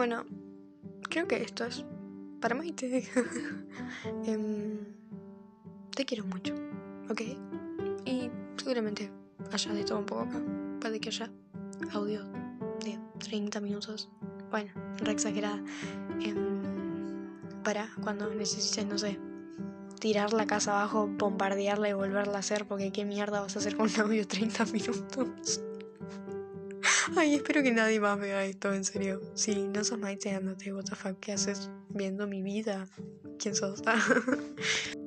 Bueno, creo que esto es para Maite. Te quiero mucho, ¿ok? Y seguramente haya de todo un poco acá. Puede que haya audio de 30 minutos. Bueno, re exagerada. Para cuando necesites, no sé, tirar la casa abajo, bombardearla y volverla a hacer, porque qué mierda vas a hacer con un audio de 30 minutos. Ay, espero que nadie más vea esto, en serio. Si no sos Maite, andate, what the fuck, ¿qué haces viendo mi vida? ¿Quién sos?